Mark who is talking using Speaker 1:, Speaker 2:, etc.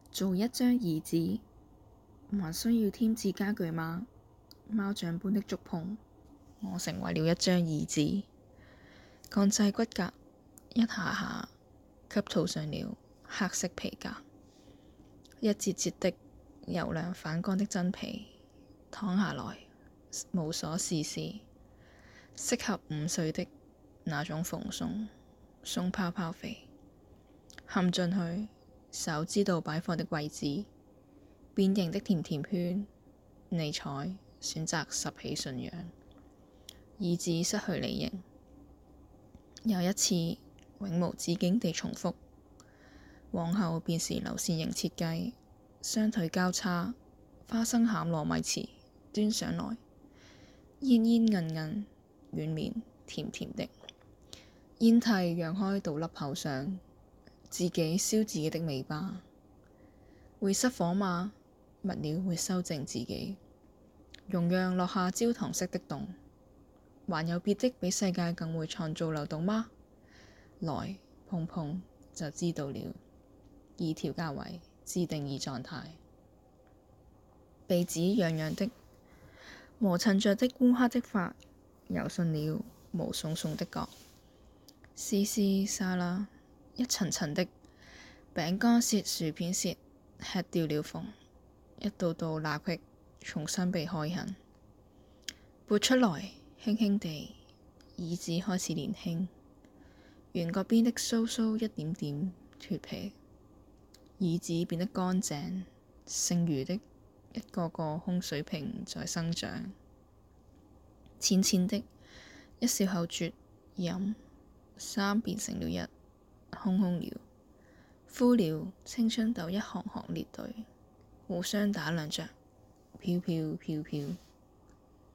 Speaker 1: 做一張椅子，還需要添置家具嗎？貓掌般的觸碰，我成為了一張椅子。鋼製骨骼一下下給套上了黑色皮革，一節節的油亮反光的真皮，躺下來無所事事，適合5歲的那種蓬鬆泡泡肥。嵌進去，手知道擺放的位置，變形的甜甜圈，尼采選擇拾起信仰。椅子失去理型，又一次永無止境地重複，往後便是流線型設計，雙腿交叉，花生餡糯米糍端上來，煙煙韌韌，軟綿甜甜的。煙蒂揚開倒粒口上，自己燒自己的尾巴。會失火嗎？物料會修正自己，容讓落下焦糖色的洞。還有別的比世界更會創造流動嗎？來碰碰就知道了。以調校為自定義狀態。鼻子癢癢的，磨蹭着的烏黑的髮，油順了毛聳聳的角。絲絲沙拉，一層層的餅乾屑、薯片屑，吃掉了縫，一道道罅隙重新被開墾，撥出來，輕輕地，椅子開始年輕，圓角邊的鬚鬚一點點脫皮，椅子變得乾淨，剩餘的一個個空水瓶在生長，淺淺的一小口啜飲，3變成了1，空了，枯了，青春痘一行行列隊，互相打量着，飄飄飄飄。